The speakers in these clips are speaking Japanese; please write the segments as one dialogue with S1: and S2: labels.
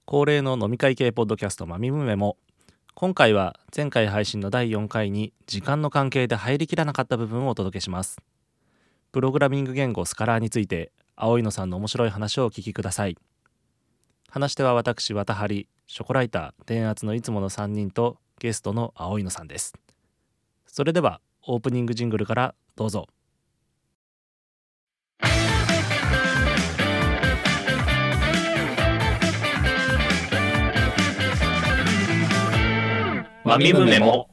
S1: 恒例の飲み会系ポッドキャストまみむめも、今回は前回配信の第4回に時間の関係で入りきらなかった部分をお届けします。プログラミング言語スカラーについて青井野さんの面白い話をお聞きください。話し手は私わたはり、ショコライター電圧のいつもの3人とゲストの青井野さんです。それではオープニングジングルからどうぞ。
S2: まみむめも。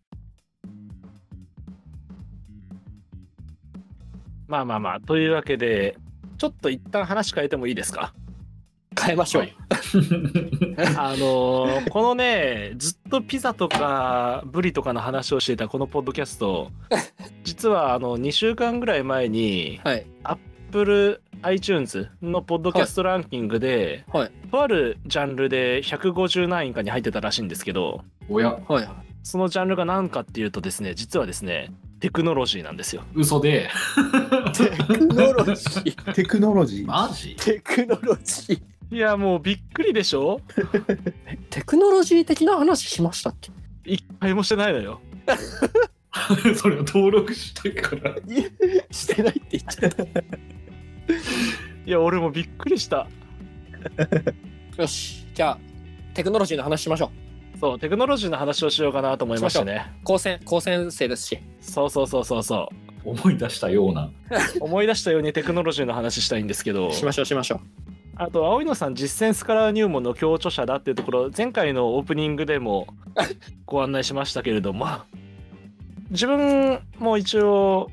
S1: まあというわけでちょっと一旦話変えてもいいですか？
S2: 変えましょう、はい、
S1: このね、ずっとピザとかブリとかの話をしていたこのポッドキャスト実は2週間ぐらい前に、はい、Apple iTunes のポッドキャストランキングで、はい、とあるジャンルで150何位かに入ってたらしいんですけど、
S2: おや、はい、
S1: そのジャンルが何かっていうとですね、実はですねテクノロジーなんですよ。
S2: 嘘で
S3: テクノロジーテクノロジー
S2: マジ？
S3: テクノロジー、
S1: いやもうびっくりでしょ
S3: テクノロジー的な話しましたっけ？
S1: 一回もしてないのよ
S2: それを登録してから
S3: してないって言っちゃった
S1: いや俺もびっくりした
S3: よし、じゃあテクノロジーの話しましょう。
S1: そう、テクノロジーの話をしようかなと思いましてね。
S3: 高専生ですし。
S1: そう
S2: 思い出したような
S1: 思い出したようにテクノロジーの話したいんですけど、
S3: しましょう。
S1: あと青井野さん、実践スカラー入門の共著者だっていうところ、前回のオープニングでもご案内しましたけれども自分も一応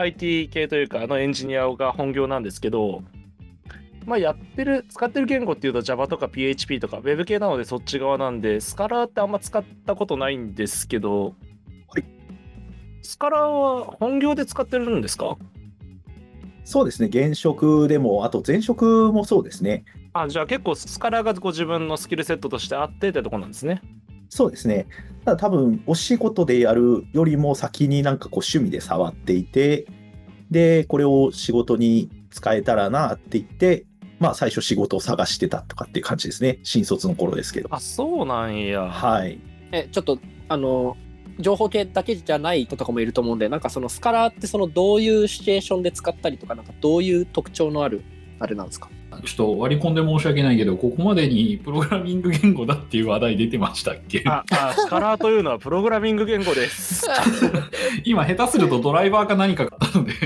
S1: IT 系というかエンジニアが本業なんですけど、使ってる言語っていうと Java とか PHP とか Web 系なのでそっち側なんで、スカラーってあんま使ったことないんですけど、はい、スカラーは本業で使ってるんですか？
S4: そうですね、現職でもあと前職もそうですね。
S1: じゃあ結構スカラーがご自分のスキルセットとしてあってってとこなんですね。
S4: そうですね。ただ多分お仕事でやるよりも先に趣味で触っていて、でこれを仕事に使えたらなって言って、最初仕事を探してたとかっていう感じですね。新卒の頃ですけど。
S1: あ、そうなんや。
S4: はい。
S3: ちょっと情報系だけじゃない人とかもいると思うんで、そのスカラーってどういうシチュエーションで使ったりとか、どういう特徴のあるあれなんですか？
S2: ちょっと割り込んで申し訳ないけど、ここまでにプログラミング言語だっていう話題出てましたっけ？
S1: スカラーというのはプログラミング言語です
S2: 今下手するとドライバーか何かだったので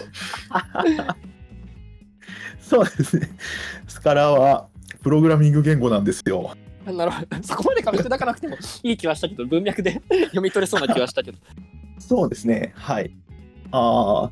S4: そうですね。スカラーはプログラミング言語なんですよ。
S3: なるほど。そこまで噛み砕かなくてもいい気はしたけど、文脈で読み取れそうな気はしたけど。
S4: そうですね。はい。
S3: はい。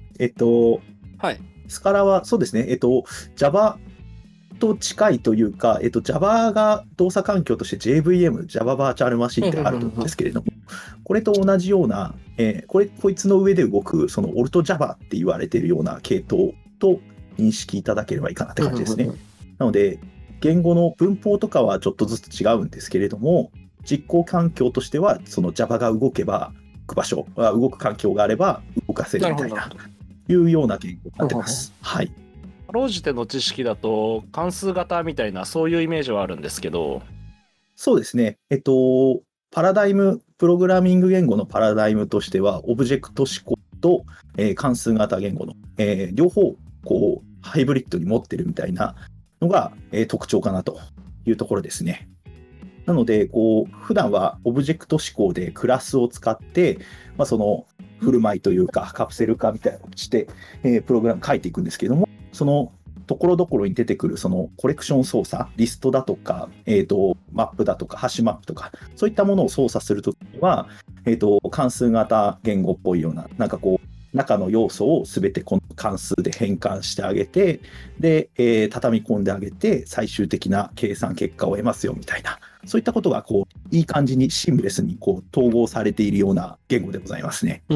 S4: スカラはそうですね。Java と近いというか、Java が動作環境として JVM、Java バーチャルマシンってあると思うんですけれども、これと同じような、こいつの上で動く、その AltJava って言われているような系統と認識いただければいいかなって感じですね。なので、言語の文法とかはちょっとずつ違うんですけれども、実行環境としては、その Java が動けば、動く環境があれば動かせるみたいな、いうような言語になってます。はい。
S1: かろうじての知識だと関数型みたいなそういうイメージはあるんですけど。
S4: そうですね。パラダイム、プログラミング言語のパラダイムとしては、オブジェクト思考と、関数型言語の、両方ハイブリッドに持ってるみたいなのが、特徴かなというところですね。なので普段はオブジェクト思考でクラスを使って、その振る舞いというかカプセル化みたいなのをして、プログラム書いていくんですけども、そのところどころに出てくるそのコレクション操作、リストだとか、マップだとかハッシュマップとか、そういったものを操作するときには、関数型言語っぽいような中の要素を全てこの関数で変換してあげて、で、畳み込んであげて最終的な計算結果を得ますよみたいな、そういったことがいい感じにシームレスに統合されているような言語でございますね。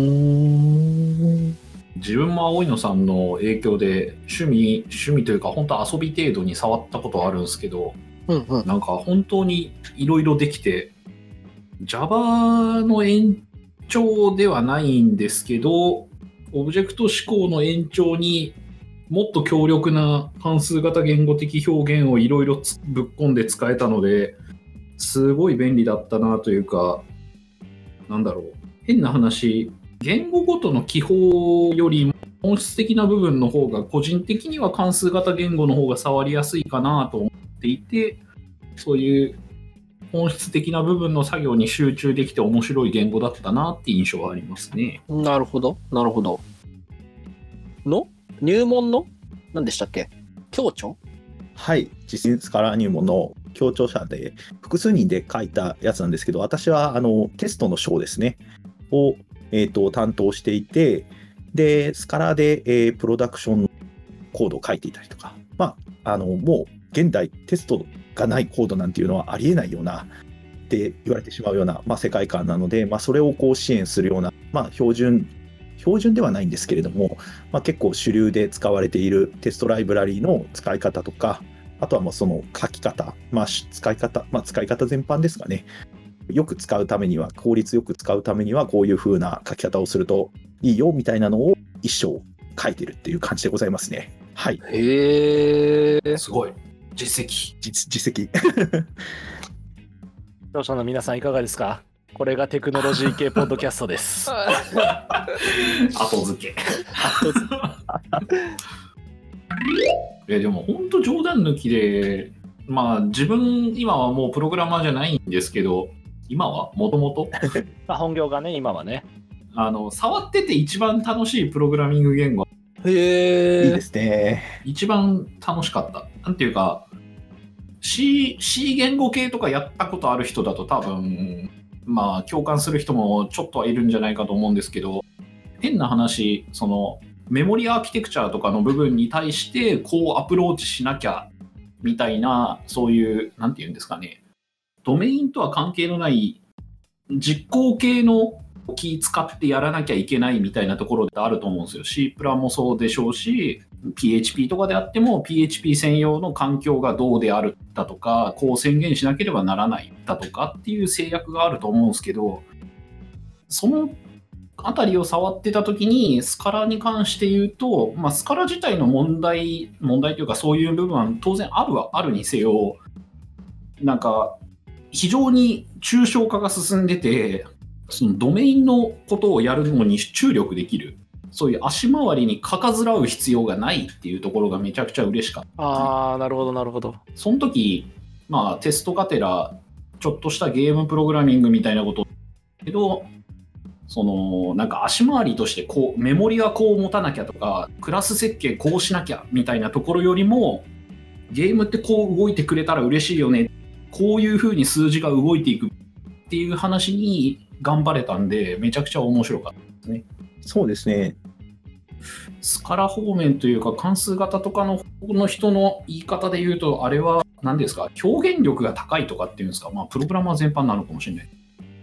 S2: 自分も青井野さんの影響で趣味というか本当遊び程度に触ったことはあるんですけど、なんか本当にいろいろできて、 Java の延長ではないんですけど、オブジェクト指向の延長にもっと強力な関数型言語的表現をいろいろぶっ込んで使えたので、すごい便利だったなというか、なんだろう、変な話、言語ごとの記法よりも本質的な部分の方が個人的には関数型言語の方が触りやすいかなと思っていて、そういう本質的な部分の作業に集中できて面白い言語だったなって印象はありますね。
S3: なるほど、なるほど。入門の何でしたっけ？協調？
S4: はい、実践スカラー入門の協調者で複数人で書いたやつなんですけど、私はテストの章ですねを、担当していて、でスカラーで、プロダクションコードを書いていたりとか、もう現代テストがないコードなんていうのはありえないようなって言われてしまうような、世界観なので、それをこう支援するような、標準ではないんですけれども、結構主流で使われているテストライブラリーの使い方とか、あとはその書き方、使い方全般ですかね。よく使うためには、効率よく使うためにはこういう風な書き方をするといいよみたいなのを一章書いてるっていう感じでございますね。はい。
S3: へー、
S2: すごい。実績。
S4: 実績。
S1: 視聴者の皆さんいかがですか？これがテクノロジー系ポッドキャストです。
S2: 後付け。でも本当冗談抜きで、自分今はもうプログラマーじゃないんですけど、今はもともと
S1: 本業がね、今はね、
S2: 触ってて一番楽しいプログラミング言語。
S3: へー、
S4: いいですね。
S2: 一番楽しかった。なんていうか、C 言語系とかやったことある人だと多分共感する人もちょっとはいるんじゃないかと思うんですけど、変な話、そのメモリアーキテクチャとかの部分に対してこうアプローチしなきゃみたいな、そういうなんていうんですかね、ドメインとは関係のない実行系のキー使ってやらなきゃいけないみたいなところであると思うんですよ。C プラもそうでしょうし、PHP とかであっても PHP 専用の環境がどうであるだとか、こう宣言しなければならないだとかっていう制約があると思うんですけど、そのあたりを触ってた時にスカラに関して言うと、スカラ自体の問題というか、そういう部分は当然あるはあるにせよ、なんか非常に抽象化が進んでて、そのドメインのことをやるのに注力できる、そういう足回りにかかずらう必要がないっていうところがめちゃくちゃ嬉しかった。
S1: なるほどなるほど。
S2: その時テストがてらちょっとしたゲームプログラミングみたいなことけど、そのなんか足回りとしてこうメモリはこう持たなきゃとか、クラス設計こうしなきゃみたいなところよりも、ゲームってこう動いてくれたら嬉しいよね、こういう風に数字が動いていくっていう話に頑張れたんで、めちゃくちゃ面白かったですね。
S4: そうですね。
S2: スカラ方面というか関数型とかの人の言い方で言うと、あれは何ですか、表現力が高いとかっていうんですか、プログラマー全般なのかもしれない。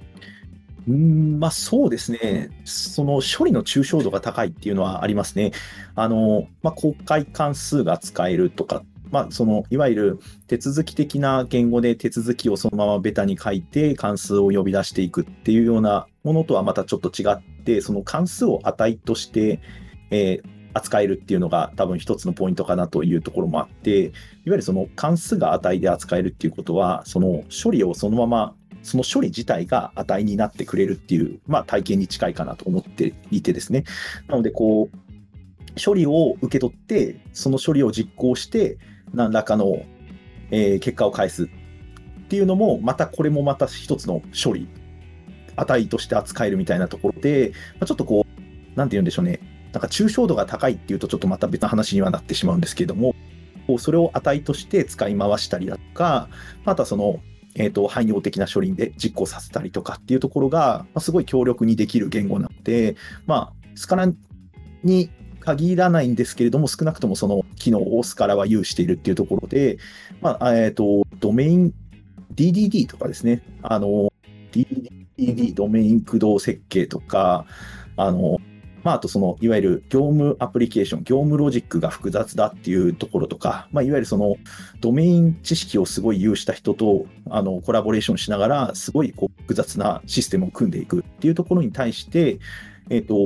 S4: そうですね。その処理の抽象度が高いっていうのはありますね。公開関数が使えるとか、そのいわゆる手続き的な言語で手続きをそのままベタに書いて関数を呼び出していくっていうようなものとはまたちょっと違って、その関数を値として、扱えるっていうのが多分一つのポイントかなというところもあって、いわゆるその関数が値で扱えるっていうことは、その処理をそのままその処理自体が値になってくれるっていう、体験に近いかなと思っていてですね。なのでこう処理を受け取ってその処理を実行して何らかの、結果を返すっていうのもこれもまた一つの処理値として扱えるみたいなところで、ちょっとこうなんて言うんでしょうね、なんか抽象度が高いっていうとちょっとまた別の話にはなってしまうんですけれども、それを値として使い回したりだとか、またその汎用的な処理で実行させたりとかっていうところが、すごい強力にできる言語なので、スカラに限らないんですけれども、少なくともその機能をスカラは有しているっていうところで、ドメイン DDD とかですね、DDD ドメイン駆動設計とか、あとそのいわゆる業務アプリケーション、業務ロジックが複雑だっていうところとか、いわゆるそのドメイン知識をすごい有した人とコラボレーションしながらすごい複雑なシステムを組んでいくっていうところに対して、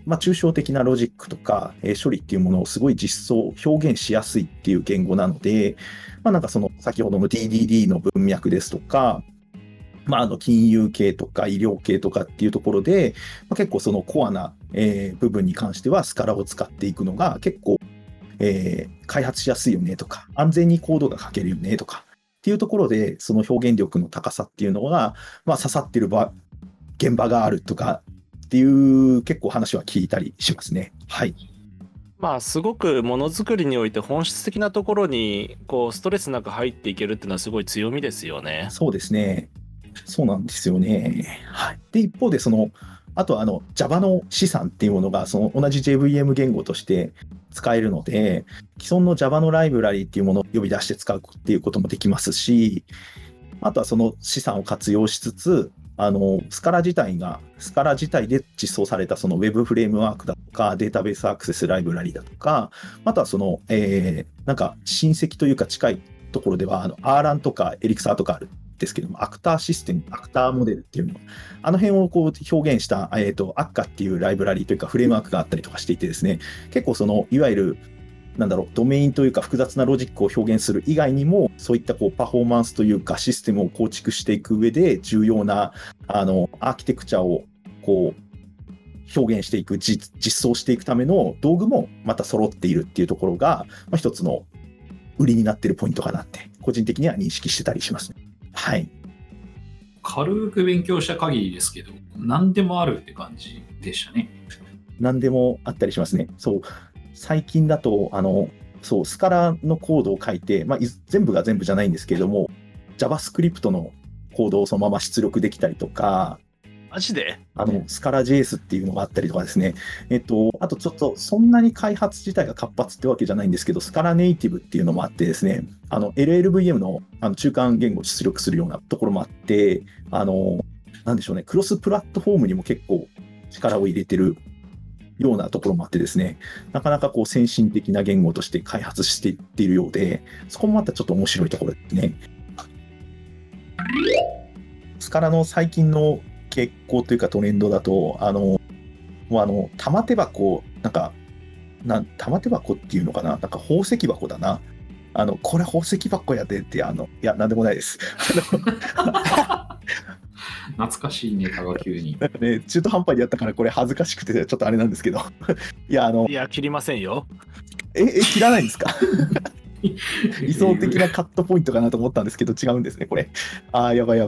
S4: 抽象的なロジックとか、処理っていうものをすごい実装、表現しやすいっていう言語なので、なんかその先ほどの DDD の文脈ですとか、金融系とか医療系とかっていうところで、結構そのコアな、部分に関してはスカラを使っていくのが結構、開発しやすいよねとか、安全にコードが書けるよねとかっていうところで、その表現力の高さっていうのが、刺さってる現場があるとかっていう結構話は聞いたりしますね。はい。
S1: すごくものづくりにおいて本質的なところにこうストレスなく入っていけるっていうのはすごい強みですよね。
S4: そうですね。そうなんですよね。はい。で、一方であとはJava の資産っていうものがその同じ JVM 言語として使えるので、既存の Java のライブラリっていうものを呼び出して使うっていうこともできますし、あとはその資産を活用しつつ、スカラ自体で実装されたその Web フレームワークだとか、データベースアクセスライブラリだとか、あとはなんか親戚というか近いところでは、RLAN とかエリクサーとかあるんですけども、アクターシステム、アクターモデルっていうの、あの辺をこう表現した、アッカっていうライブラリというかフレームワークがあったりとかしていてですね、結構いわゆるドメインというか複雑なロジックを表現する以外にも、そういったこうパフォーマンスというかシステムを構築していく上で重要なアーキテクチャをこう表現していく、実装していくための道具もまた揃っているっていうところが、一つの売りになっているポイントかなって個人的には認識してたりしますね。はい。
S2: 軽く勉強した限りですけど、何でもあるって感じでしたね。
S4: 何でもあったりしますね。そう。最近だと、スカラのコードを書いて、全部が全部じゃないんですけれども、JavaScript のコードをそのまま出力できたりとか、
S1: マジで
S4: スカラ JS っていうのがあったりとかですね。あとちょっとそんなに開発自体が活発ってわけじゃないんですけど、スカラネイティブっていうのもあってですね、LLVM の中間言語を出力するようなところもあって、なんでしょうね、クロスプラットフォームにも結構力を入れてるようなところもあってですね、なかなかこう先進的な言語として開発していっているようで、そこもまたちょっと面白いところですね。スカラの最近の傾向というかトレンドだと、玉手箱、玉手箱っていうのかな、宝石箱だな。これ宝石箱やでって、いや、なんでもないです。
S2: 懐かしいネタが急に。
S4: 中途半端にやったからこれ恥ずかしくてちょっとあれなんですけど。いや、
S1: 切りませんよ。
S4: 切らないんですか？理想的なカットポイントかなと思ったんですけど、違うんですね、これ。やばい。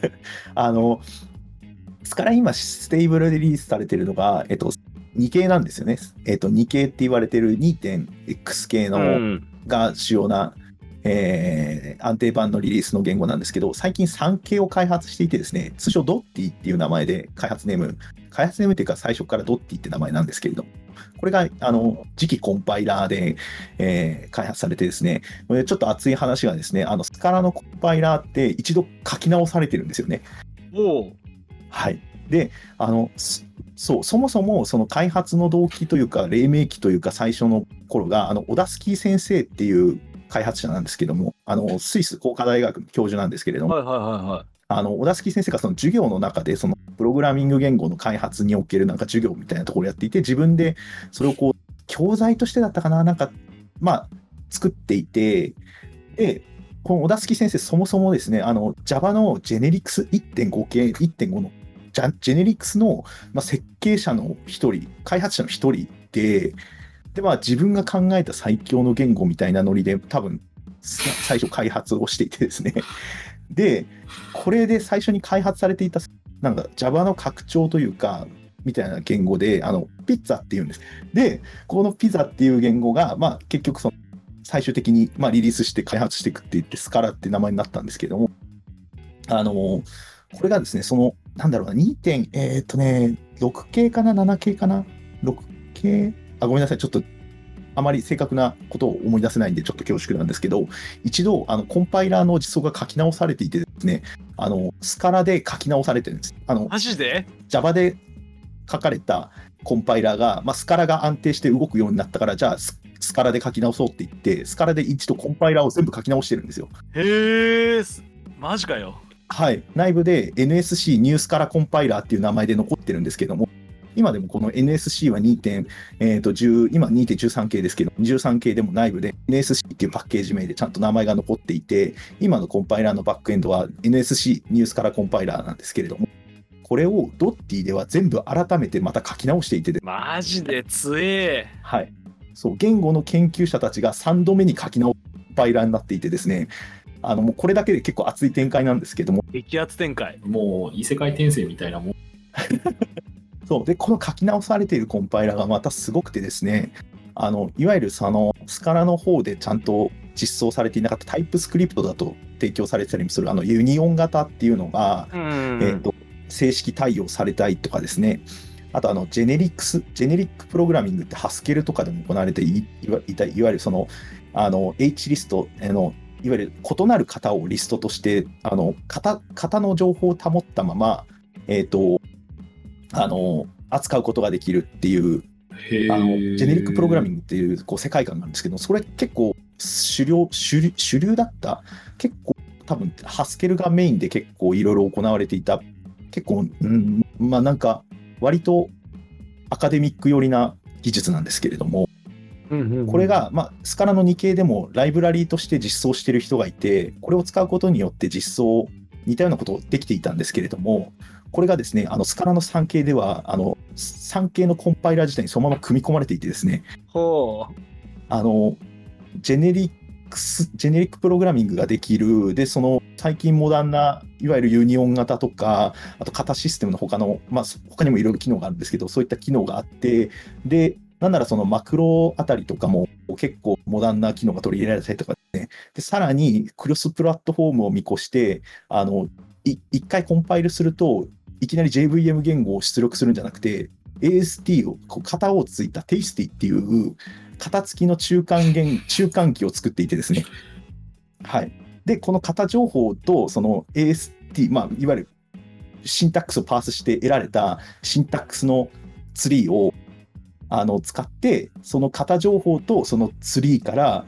S4: スカラ今、ステーブルでリリースされているのが、2系なんですよね。2系って言われている 2.x 系のが主要な、安定版のリリースの言語なんですけど、最近3系を開発していてですね、通称ドッティっていう名前で開発ネームっていうか最初からドッティって名前なんですけれども、これが次期コンパイラーで、開発されてですね、ちょっと熱い話がですね、スカラのコンパイラーって一度書き直されてるんですよね。はい。で、そもそもその開発の動機というか、黎明期というか最初の頃が、オダスキー先生っていう開発者なんですけども、スイス工科大学の教授なんですけれども、小田月先生がその授業の中でそのプログラミング言語の開発における授業みたいなところをやっていて、自分でそれをこう教材としてだったかな、作っていて、でこの小田月先生そもそもですね、Java のジェネリクス 1.5 系 1.5 のジェネリクスの設計者の一人、開発者の一人で、自分が考えた最強の言語みたいなノリで多分最初開発をしていてですね。で、これで最初に開発されていたJava の拡張というかみたいな言語でピッツァっていうんです。で、このピザっていう言語が結局最終的にリリースして開発していくって言ってスカラって名前になったんですけども、これがですね、6系かな7系かな6系、ごめんなさい、ちょっとあまり正確なことを思い出せないんでちょっと恐縮なんですけど、一度コンパイラーの実装が書き直されていてですね、スカラで書き直されてるんです。
S1: マジで
S4: Java で書かれたコンパイラーが、スカラが安定して動くようになったから、じゃあスカラで書き直そうって言って、スカラで一度コンパイラーを全部書き直してるんですよ。
S1: へえ、マジかよ。
S4: はい、内部で NSC ニュースカラコンパイラーっていう名前で残ってるんですけども、 今でもこの NSC は今 2.13K ですけど、13K でも内部で NSC っていうパッケージ名でちゃんと名前が残っていて、今のコンパイラーのバックエンドは NSC ニュースカラーコンパイラーなんですけれども、これをドッティでは全部改めてまた書き直していて、
S1: マジで強え。
S4: はい。そう、言語の研究者たちが3度目に書き直すコンパイラーになっていてですね、もうこれだけで結構熱い展開なんですけども。
S1: 激アツ展開。
S2: もう異世界転生みたいなもん。
S4: そう。で、この書き直されているコンパイラーがまたすごくてですね、いわゆるスカラの方でちゃんと実装されていなかったタイプスクリプトだと提供されてたりもするユニオン型っていうのが、正式対応されたりとかですね、あとジェネリックプログラミングってハスケルとかでも行われていわゆるH リストいわゆる異なる型をリストとして型の情報を保ったまま扱うことができるっていうジェネリックプログラミングっていう世界観なんですけど、それ結構主流だった。結構多分ハスケルがメインで結構いろいろ行われていた、結構、まあなんか割とアカデミック寄りな技術なんですけれども、これが、スカラの2系でもライブラリーとして実装している人がいて、これを使うことによって実装、似たようなことをできていたんですけれども、これがですね、スカラの3系では、3系のコンパイラー自体にそのまま組み込まれていてですね、ジェネリックプログラミングができる、で、最近モダンないわゆるユニオン型とか、あと型システムの他にもいろいろ機能があるんですけど、そういった機能があって、で、なんならマクロあたりとかも結構モダンな機能が取り入れられたりとかですね。で、さらにクロスプラットフォームを見越して、一回コンパイルすると、いきなり JVM 言語を出力するんじゃなくて、AST を、型をついた Tasty っていう型付きの中間機を作っていてですね。はい。で、この型情報とAST、いわゆるシンタックスをパースして得られたシンタックスのツリーを使って、その型情報とそのツリーから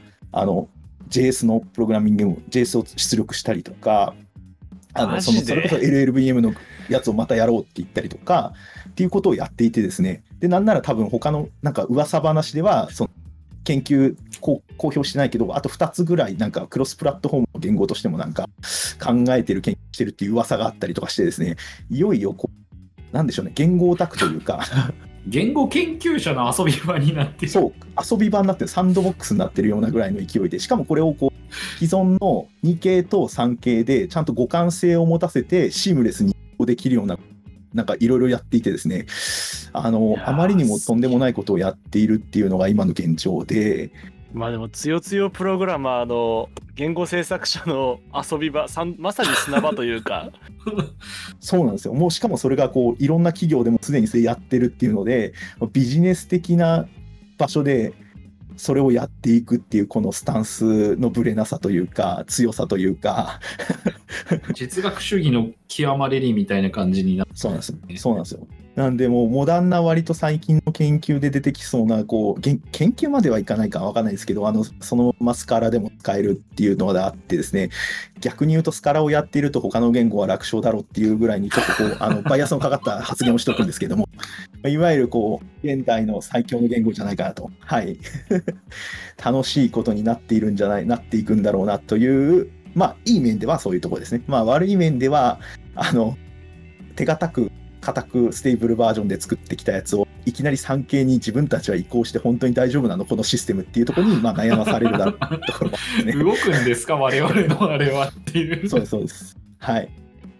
S4: JS のプログラミングも JS を出力したりとか、それこそ LLVM のやつをまたやろうって言ったりとかっていうことをやっていてですね。で、なんなら多分他の噂話では研究公表してないけど、あと2つぐらいクロスプラットフォームの言語としても考えてる研究してるっていう噂があったりとかしてですね、いよいよなんでしょうね、言語オタクというか
S2: 言語研究者の遊び場になってる。
S4: そう、遊び場になってる、サンドボックスになってるようなぐらいの勢いで、しかもこれを既存の2系と3系でちゃんと互換性を持たせてシームレスにできるような、いろいろやっていてですね、あまりにもとんでもないことをやっているっていうのが今の現状で。
S1: でもつよつよプログラマーの言語制作者の遊び場、まさに砂場というか
S4: そうなんですよ。もうしかもそれがいろんな企業でもすでにそれやってるっていうので、ビジネス的な場所でそれをやっていくっていうこのスタンスのぶれなさというか強さというか
S2: 哲学主義の極まれりみたいな感じになって、
S4: そうなんですよ。そうなんですよ。なんでもうモダンな割と最近の研究で出てきそうな研究まではいかないかわかんないですけど、そのままスカラでも使えるっていうのがあってですね、逆に言うとスカラをやっていると他の言語は楽勝だろうっていうぐらいにちょっとバイアスのかかった発言をしておくんですけどもいわゆる現代の最強の言語じゃないかなと、はい楽しいことになっていくんだろうなという、いい面ではそういうところですね。悪い面では手堅く固くステーブルバージョンで作ってきたやつをいきなり3系に自分たちは移行して本当に大丈夫なのこのシステムっていうところに悩まされるだろうところもあってね
S2: 動くんですか我々のあれはっていう。
S4: そうですそうです。はい。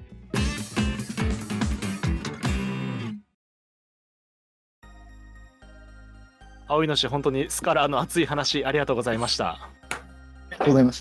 S1: 青いのし、本当にスカラの熱い話ありがとうございました。
S4: ありがとうございました。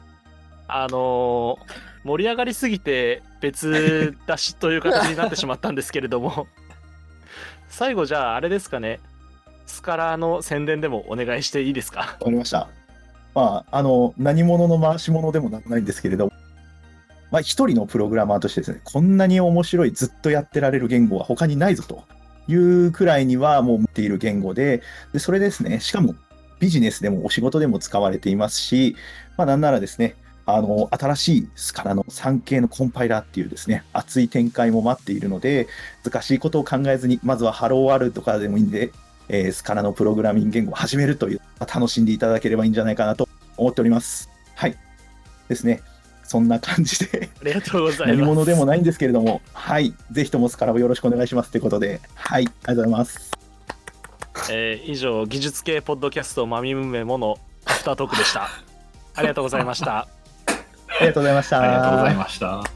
S1: 盛り上がりすぎて別出しという形になってしまったんですけれども最後じゃああれですかね、スカラの宣伝でもお願いしていいですか。
S4: わかりました。何者の回し者でもないんですけれども、一人のプログラマーとしてですね、こんなに面白いずっとやってられる言語は他にないぞというくらいにはもう持っている言語で、それですね、しかもビジネスでもお仕事でも使われていますし、なんならですね、 新しいスカラの3系のコンパイラーっていうですね、熱い展開も待っているので、難しいことを考えずに、まずはハローワールドとかでもいいんで、スカラのプログラミング言語を始めるという、楽しんでいただければいいんじゃないかなと思っております。はい。ですね。そんな感じで
S1: ありがとうございます。
S4: 何者でもないんですけれども、はい。ぜひともスカラをよろしくお願いしますということで、はい。ありがとうございます。
S1: 以上、技術系ポッドキャストまみむめものアフタートークでした。ありがとうございました。
S4: ありがとうございました。
S2: ありがとうございました。